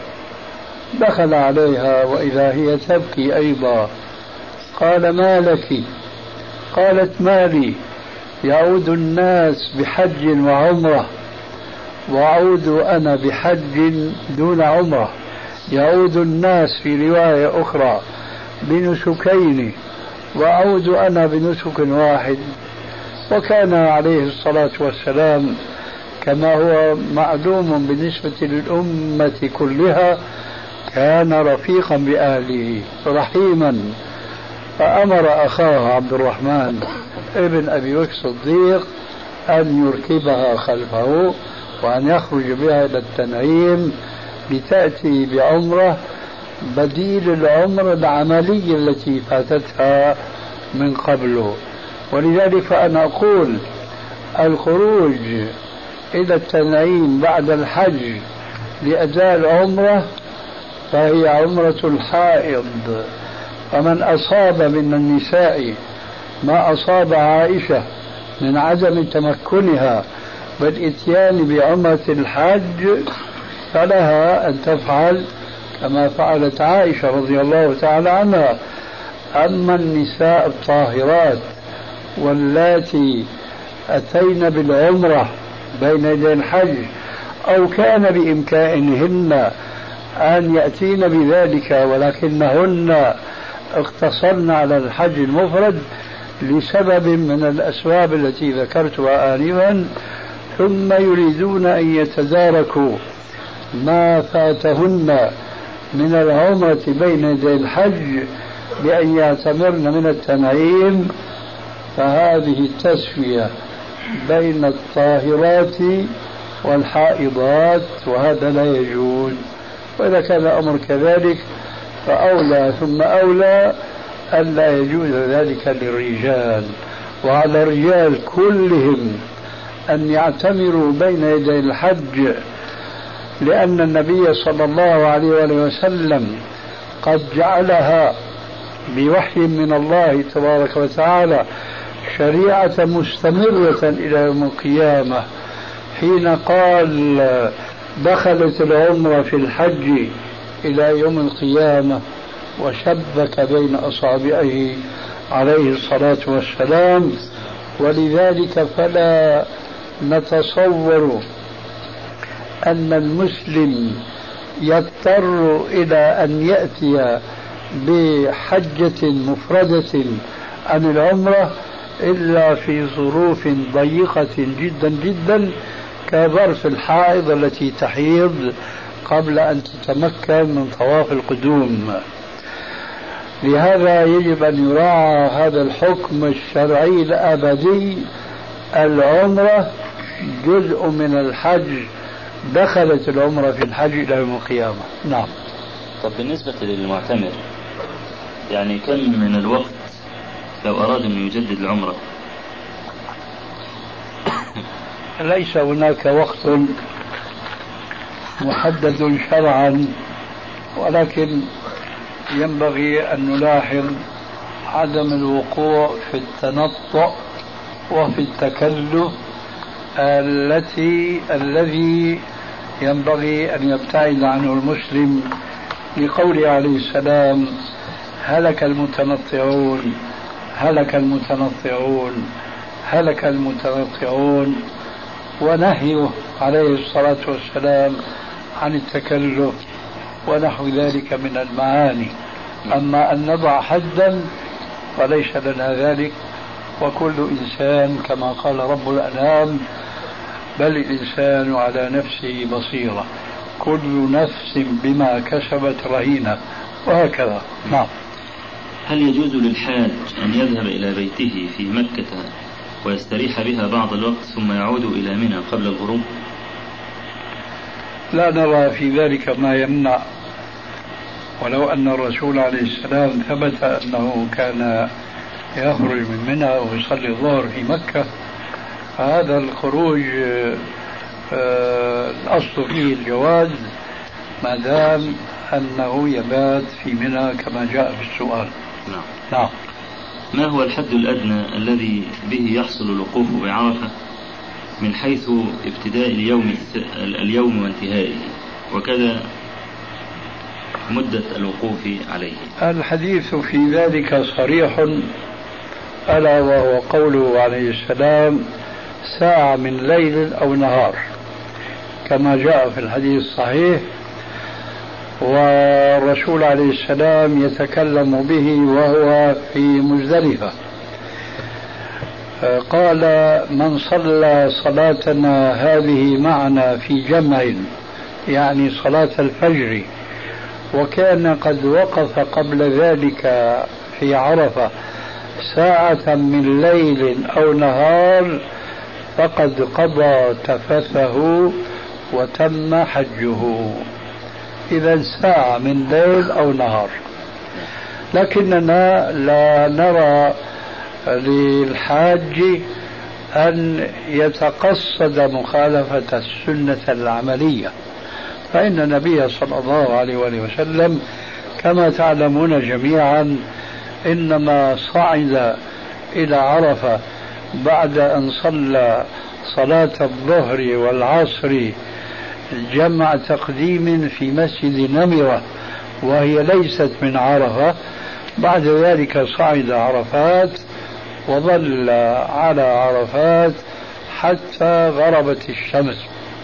S3: دخل عليها وإذا هي تبكي أيضا. قال: ما لك؟ قالت: ما لي؟ يعود الناس بحج وعمرة وأعود أنا بحج دون عمرة، يعود الناس في رواية أخرى بنسكين وأعود أنا بنسك واحد. وكان عليه الصلاة والسلام كما هو معلوم بالنسبة للأمة كلها كان رفيقا بأهله رحيما، فأمر أخاه عبد الرحمن ابن أبي بكر الصديق أن يركبها خلفه وأن يخرج بها إلى التنعيم لتأتي بعمرة بديل العمرة العملية التي فاتتها من قبله. ولذلك فأنا أقول: الخروج إلى التنعيم بعد الحج لأداء العمرة فهي عمرة الحائض. ومن أصاب من النساء ما أصاب عائشة من عدم تمكنها بالإتيان بعمرة الحج فلها أن تفعل كما فعلت عائشة رضي الله تعالى عنها. أما النساء الطاهرات واللاتي أتين بالعمرة بين يدي الحج أو كان بإمكانهن أن يأتين بذلك ولكنهن اقتصرن على الحج المفرد لسبب من الأسباب التي ذكرتها آنفا، ثم يريدون أن يتداركوا ما فاتهن من العمرة بين يدي الحج بأن يعتمرن من التنعيم، فهذه التسوية بين الطاهرات والحائضات وهذا لا يجوز. وإذا كان الأمر كذلك فأولى ثم أولى ألا يجوز ذلك للرجال. وعلى الرجال كلهم أن يعتمروا بين يدي الحج، لأن النبي صلى الله عليه وسلم قد جعلها بوحي من الله تبارك وتعالى شريعة مستمرة إلى يوم القيامة، حين قال: دخلت العمرة في الحج إلى يوم القيامة، وشبك بين أصابعه عليه الصلاة والسلام. ولذلك فلا نتصور أن المسلم يضطر إلى أن يأتي بحجة مفردة عن العمرة إلا في ظروف ضيقة جدا جدا كظرف الحائض التي تحيض قبل أن تتمكن من طواف القدوم. لهذا يجب أن يراعى هذا الحكم الشرعي الأبدي: العمرة جزء من الحج، دخلت العمرة في الحج إلى يوم القيامة. نعم.
S4: طب بالنسبة للمعتمر يعني كم من الوقت لو أراد أن يجدد العمرة؟
S3: ليس هناك وقت محدد شرعا، ولكن ينبغي أن نلاحظ عدم الوقوع في التنطع وفي التكلف التي الذي ينبغي أن يبتعد عنه المسلم، لقوله عليه السلام: هلك المتنطعون هلك المتنطعون هلك المتنطعون. ونهيه عليه الصلاة والسلام عن التكلف ونحو ذلك من المعاني. أما أن نضع حدا فليس لنا ذلك، وكل إنسان كما قال رب الأنعام بل الإنسان على نفسه بصيرة، كل نفس بما كسبت رهينة، وهكذا. نعم.
S4: هل يجوز للحاج أن يذهب إلى بيته في مكة ويستريح بها بعض الوقت ثم يعود إلى منى قبل الغروب؟
S3: لا نرى في ذلك ما يمنع، ولو أن الرسول عليه السلام ثبت أنه كان يخرج من منى ويصلي الظهر في مكة، فهذا الخروج الأصل فيه الجواز ما دام أنه يبات في منى كما جاء في السؤال.
S4: نعم.
S3: نعم.
S4: ما هو الحد الأدنى الذي به يحصل الوقوف بعرفة من حيث ابتداء اليوم اليوم وانتهائه، وكذا مدة الوقوف عليه؟
S3: الحديث في ذلك صريح، ألا وهو قوله عليه السلام ساعة من ليل أو نهار كما جاء في الحديث الصحيح، والرسول عليه السلام يتكلم به وهو في مزدلفة. قال من صلى صلاتنا هذه معنا في جمع، يعني صلاة الفجر، وكان قد وقف قبل ذلك في عرفة ساعة من ليل أو نهار فقد قضى تفثه وتم حجه. إذا ساعة من ليل أو نهار. لكننا لا نرى للحاج أن يتقصد مخالفة السنة العملية، فإن النبي صلى الله عليه وآله وسلم كما تعلمون جميعا إنما صعد إلى عرفة بعد أن صلى صلاة الظهر والعصر جمع تقديم في مسجد نمرة وهي ليست من عرفة. بعد ذلك صعد عرفات وظل على عرفات حتى غربت الشمس.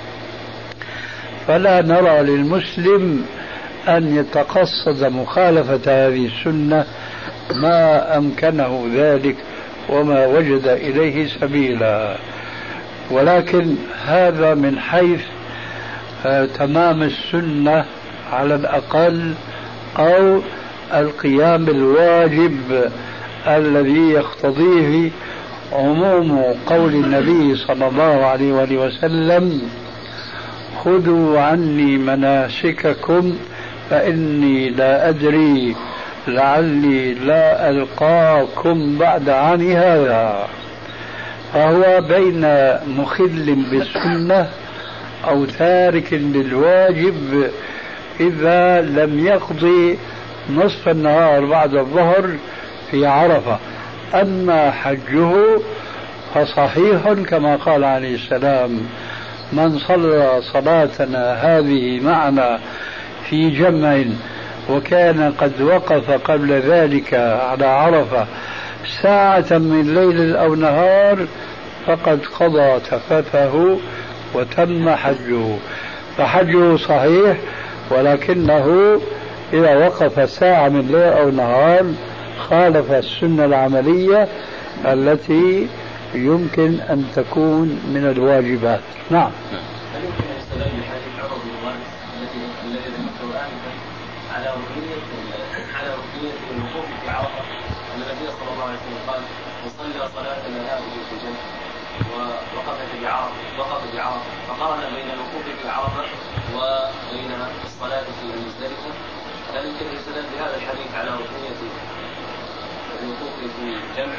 S3: فلا نرى للمسلم أن يتقصد مخالفة هذه السنة ما أمكنه ذلك وما وجد إليه سبيلا، ولكن هذا من حيث آه تمام السنة على الأقل، أو القيام بالواجب الذي يقتضيه عموم قول النبي صلى الله عليه وآله وسلم خذوا عني مناسككم فإني لا أدري لعلي لا ألقاكم بعد عامي هذا. فهو بين مخل بالسنة أو تارك للواجب إذا لم يقضي نصف النهار بعد الظهر في عرفة. أما حجه فصحيح كما قال عليه السلام من صلى صلاتنا هذه معنا في جمع وكان قد وقف قبل ذلك على عرفة ساعة من ليل أو نهار فقد قضى تفثه وتم حجه. فحجه صحيح، ولكنه إذا وقف ساعة من ليل أو نهار خالف السنة العملية التي يمكن أن تكون من الواجبات. نعم.
S7: هل يمكن أن يستدل بحديث عمر بن الوارث الذي ذكرته الآن على ركنية على ركنية الوقوف في عرفة أن النبي صلى الله عليه وسلم قال وصلى صلاتنا هذه في جنة ووقف في عرفة وقف في عرفة فقارن بين الوقوف في عرفة وبين الصلاة في مزدلفة. هل يمكن أن يستدل بهذا الحديث على ركنية الوقوف في جمع؟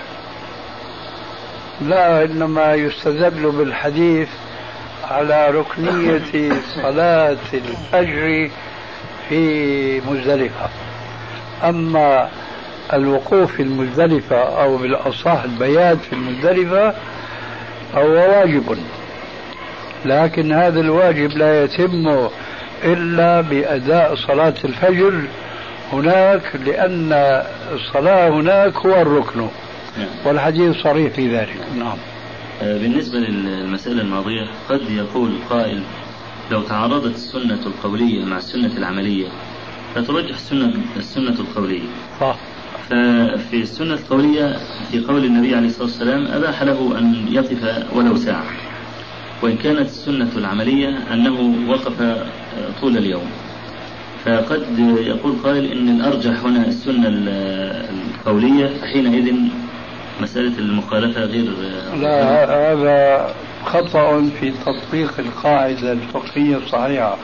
S3: لا، إنما يستدل بالحديث على ركنية صلاة الفجر في مزدلفة. أما الوقوف في المزدلفة أو بالأصح البيات في المزدلفة فهو واجب، لكن هذا الواجب لا يتم إلا بأداء صلاة الفجر هناك، لأن الصلاة هناك هو الركن، والحديث صريح في ذلك. نعم.
S4: بالنسبة للمسألة الماضية قد يقول قائل لو تعارضت السنة القولية مع السنة العملية فترجح السنة, السنة القولية.
S3: صح.
S4: ففي السنة القولية في قول النبي عليه الصلاة والسلام أباح له أن يقف ولو ساعة، وإن كانت السنة العملية أنه وقف طول اليوم. فقد يقول قائل إن الأرجح هنا السنة القولية، فحينئذ مسألة المخالفة غير.
S3: لا، هذا خطأ في تطبيق القاعدة الفقهية الصحيحة.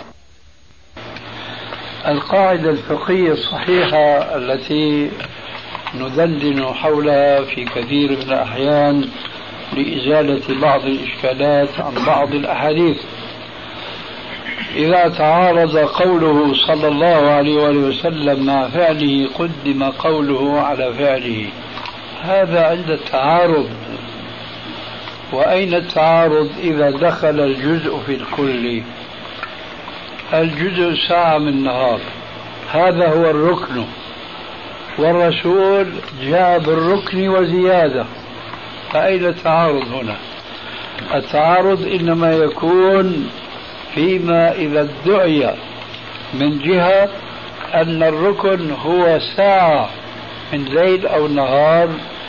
S3: القاعدة الفقهية الصحيحة التي ندندن حولها في كثير من الأحيان لإزالة بعض الإشكالات عن بعض الأحاديث: إذا تعارض قوله صلى الله عليه وآله وسلم مع فعله قدم قوله على فعله. هذا عند التعارض. وأين التعارض إذا دخل الجزء في الكل؟ الجزء ساعة من النهار، هذا هو الركن، والرسول جاء بالركن وزيادة، فأين التعارض هنا؟ التعارض إنما يكون فيما إذا ادعي من جهة أن الركن هو ساعة من ليل أو نهار،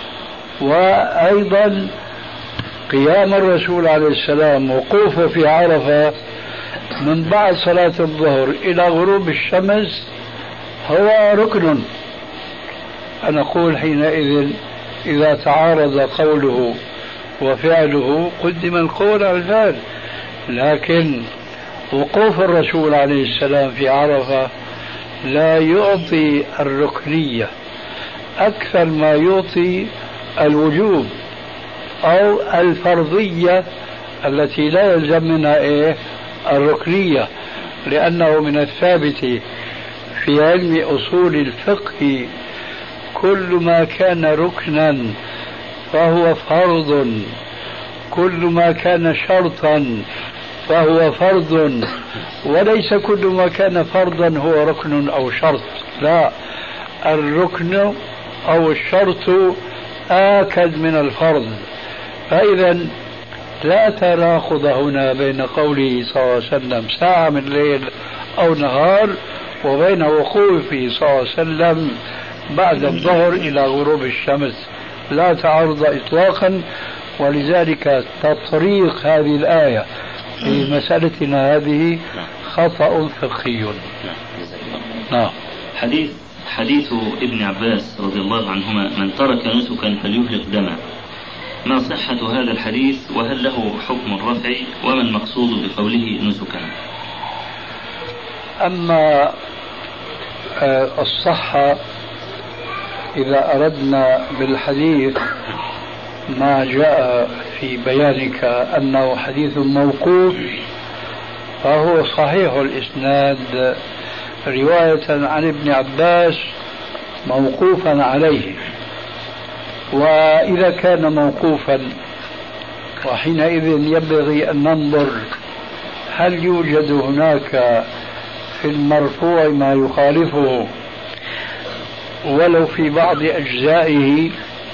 S3: وأيضا قيام الرسول عليه السلام وقوفه في عرفة من بعد صلاة الظهر إلى غروب الشمس هو ركن. فنقول حينئذ إذا تعارض قوله وفعله قدم القول على الفعل. لكن وقوف الرسول عليه السلام في عرفة لا يعطي الركنية أكثر ما يعطي الوجوب أو الفرضية التي لا يلزم منها إيه؟ الركنية، لأنه من الثابت في علم أصول الفقه كل ما كان ركنا فهو فرض، كل ما كان شرطا فهو فرض، وليس كل ما كان فرضا هو ركن أو شرط. لا، الركن أو الشرط آكد من الفرض. فإذا لا تناقض هنا بين قوله صلى الله عليه وسلم ساعة من ليل أو نهار وبين وقوفه صلى الله عليه وسلم بعد الظهر إلى غروب الشمس، لا تعارض إطلاقا. ولذلك تطريق هذه الآية في مسألتنا هذه خطأ فقهي.
S4: نعم. حديث حديث ابن عباس رضي الله عنهما: من ترك نسكا فليهلك دما. ما صحة هذا الحديث، وهل له حكم الرفع، وما المقصود بقوله نسكا؟
S3: أما الصحة إذا أردنا بالحديث ما جاء في بيانك أنه حديث موقوف فهو صحيح الإسناد رواية عن ابن عباس موقوفا عليه. وإذا كان موقوفا وحينئذ ينبغي أن ننظر هل يوجد هناك في المرفوع ما يخالفه ولو في بعض أجزائه،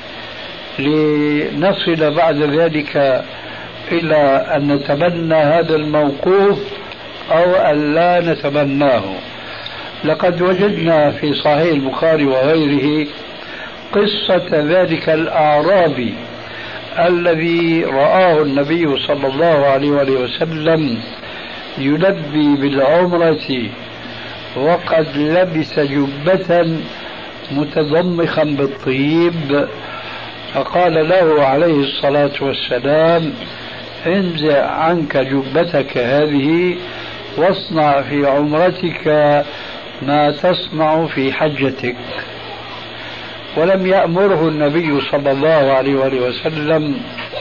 S3: لنصل بعد ذلك إلى أن نتبنى هذا الموقوف أو أن لا نتبناه. لقد وجدنا في صحيح البخاري وغيره قصة ذلك الأعرابي الذي رآه النبي صلى الله عليه وسلم يلبي بالعمرة وقد لبس جبة متضمخا بالطيب، فقال له عليه الصلاة والسلام: انزع عنك جبتك هذه واصنع في عمرتك ما تصنع في حجتك. ولم يأمره النبي صلى الله عليه وسلم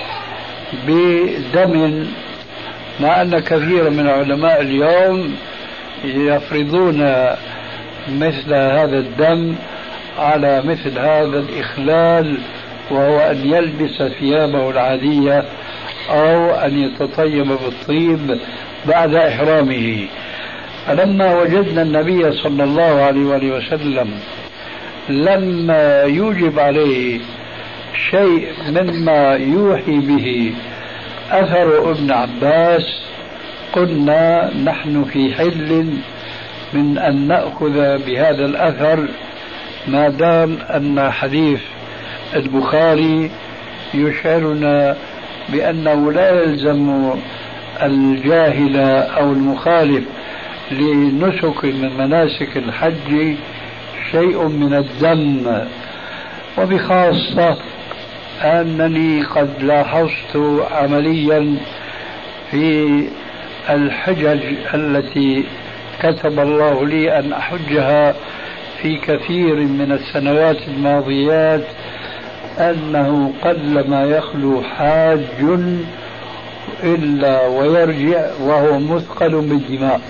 S3: بدم، مع أن كثير من علماء اليوم يفرضون مثل هذا الدم على مثل هذا الإخلال، وهو أن يلبس ثيابه العادية أو أن يتطيب بالطيب بعد إحرامه. فلما وجدنا النبي صلى الله عليه وسلم لما يوجب عليه شيء مما يوحي به أثر ابن عباس قلنا نحن في حل من أن نأخذ بهذا الأثر ما دام أن حديث البخاري يشعرنا بأنه لا يلزم الجاهل أو المخالف لنسك من مناسك الحج شيء من الذم، وبخاصة أنني قد لاحظت عمليا في الحجج التي كتب الله لي أن أحجها في كثير من السنوات الماضيات أنه قلما يخلو حاج إلا ويرجع وهو مثقل بالدماء،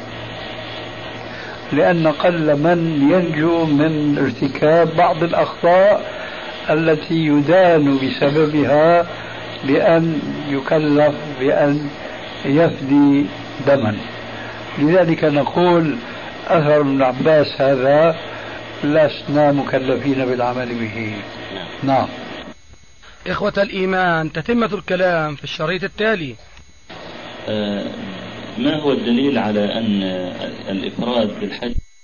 S3: لأن قل من ينجو من ارتكاب بعض الأخطاء التي يدان بسببها بأن يكلف بأن يفدي دما. لذلك نقول أثر ابن عباس هذا لسنا مكلفين بالعمل به. نعم.
S2: إخوة الإيمان، تتمة الكلام في الشريط التالي.
S4: ما هو الدليل على أن الإفراد بالحج